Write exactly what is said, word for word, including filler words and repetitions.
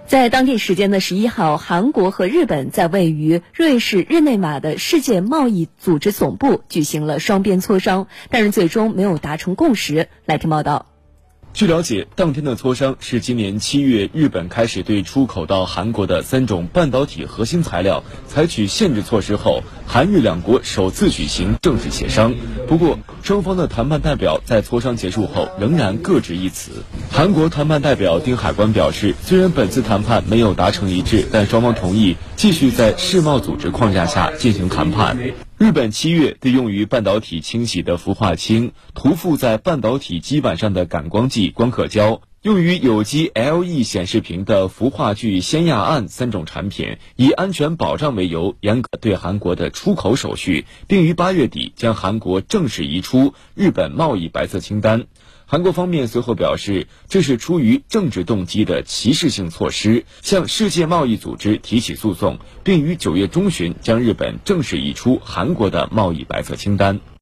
在当地时间的十一号，韩国和日本在位于瑞士日内瓦的世界贸易组织总部举行了双边磋商，但是最终没有达成共识。来听报道。 据了解，当天的磋商是今年七月日本开始对出口到韩国的三种半导体核心材料采取限制措施后，韩日两国首次举行正式协商。不过，双方的谈判代表在磋商结束后仍然各执一词。韩国谈判代表丁海关表示，虽然本次谈判没有达成一致，但双方同意继续在世贸组织框架下进行谈判。日本七月对用于半导体清洗的氟化氢、涂附在半导体基板上的感光剂光刻胶、用于有机 L E 显示屏的氟化聚酰亚胺三种产品，以安全保障为由，严格对韩国的出口手续，并于八月底将韩国正式移出日本贸易白色清单。韩国方面随后表示，这是出于政治动机的歧视性措施，向世界贸易组织提起诉讼，并于九月中旬将日本正式移出韩国的贸易白色清单。